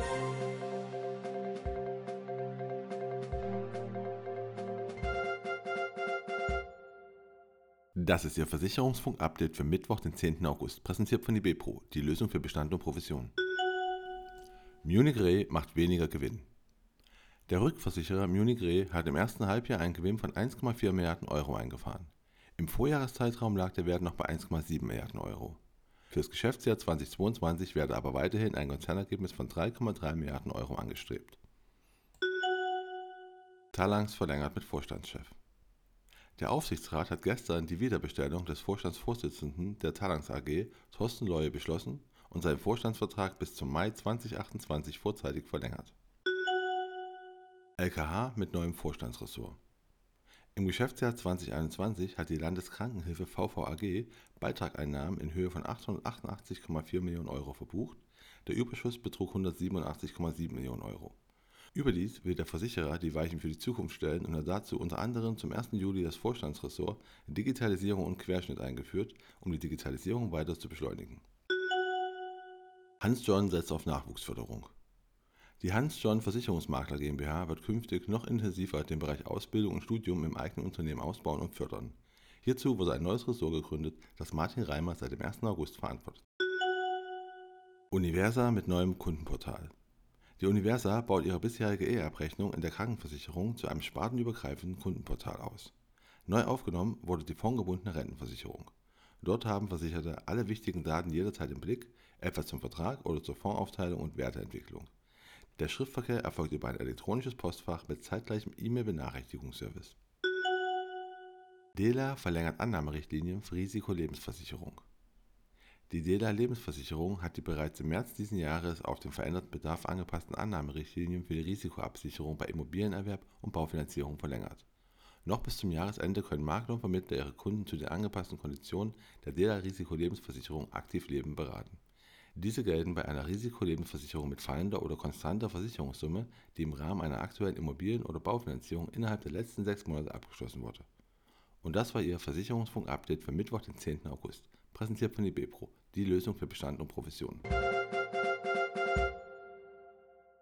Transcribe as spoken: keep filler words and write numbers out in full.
Das ist Ihr Versicherungsfunk-Update für Mittwoch, den zehnten August, präsentiert von IBPRO, die Lösung für Bestand und Provision. Munich Re macht weniger Gewinn. Der Rückversicherer Munich Re hat im ersten Halbjahr einen Gewinn von eins Komma vier Milliarden Euro eingefahren. Im Vorjahreszeitraum lag der Wert noch bei eins Komma sieben Milliarden Euro. Für das Geschäftsjahr zweitausendzweiundzwanzig werde aber weiterhin ein Konzernergebnis von drei Komma drei Milliarden Euro angestrebt. Talanx verlängert mit Vorstandschef. Der Aufsichtsrat hat gestern die Wiederbestellung des Vorstandsvorsitzenden der Talanx A G, Thorsten Loye, beschlossen und seinen Vorstandsvertrag bis zum Mai zweitausendachtundzwanzig vorzeitig verlängert. L K H mit neuem Vorstandsressort. Im Geschäftsjahr zweitausendeinundzwanzig hat die Landeskrankenhilfe V V A G Beitrageinnahmen in Höhe von achthundertachtundachtzig Komma vier Millionen Euro verbucht, der Überschuss betrug hundertsiebenundachtzig Komma sieben Millionen Euro. Überdies will der Versicherer die Weichen für die Zukunft stellen und hat dazu unter anderem zum ersten Juli das Vorstandsressort Digitalisierung und Querschnitt eingeführt, um die Digitalisierung weiter zu beschleunigen. Hans John setzt auf Nachwuchsförderung. Die Hans John Versicherungsmakler GmbH wird künftig noch intensiver den Bereich Ausbildung und Studium im eigenen Unternehmen ausbauen und fördern. Hierzu wurde ein neues Ressort gegründet, das Martin Reimer seit dem ersten August verantwortet. Universa mit neuem Kundenportal. Die Universa baut ihre bisherige E-Abrechnung in der Krankenversicherung zu einem spartenübergreifenden Kundenportal aus. Neu aufgenommen wurde die fondgebundene Rentenversicherung. Dort haben Versicherte alle wichtigen Daten jederzeit im Blick, etwa zum Vertrag oder zur Fondsaufteilung und Werteentwicklung. Der Schriftverkehr erfolgt über ein elektronisches Postfach mit zeitgleichem E-Mail-Benachrichtigungsservice. D E L A verlängert Annahmerichtlinien für Risikolebensversicherung. Die D E L A Lebensversicherung hat die bereits im März diesen Jahres auf den veränderten Bedarf angepassten Annahmerichtlinien für die Risikoabsicherung bei Immobilienerwerb und Baufinanzierung verlängert. Noch bis zum Jahresende können Makler und Vermittler ihre Kunden zu den angepassten Konditionen der D E L A Risikolebensversicherung Aktiv Leben beraten. Diese gelten bei einer Risikolebensversicherung mit fallender oder konstanter Versicherungssumme, die im Rahmen einer aktuellen Immobilien- oder Baufinanzierung innerhalb der letzten sechs Monate abgeschlossen wurde. Und das war Ihr Versicherungsfunk-Update für Mittwoch, den zehnten August, präsentiert von IBPRO, die Lösung für Bestand und Provision.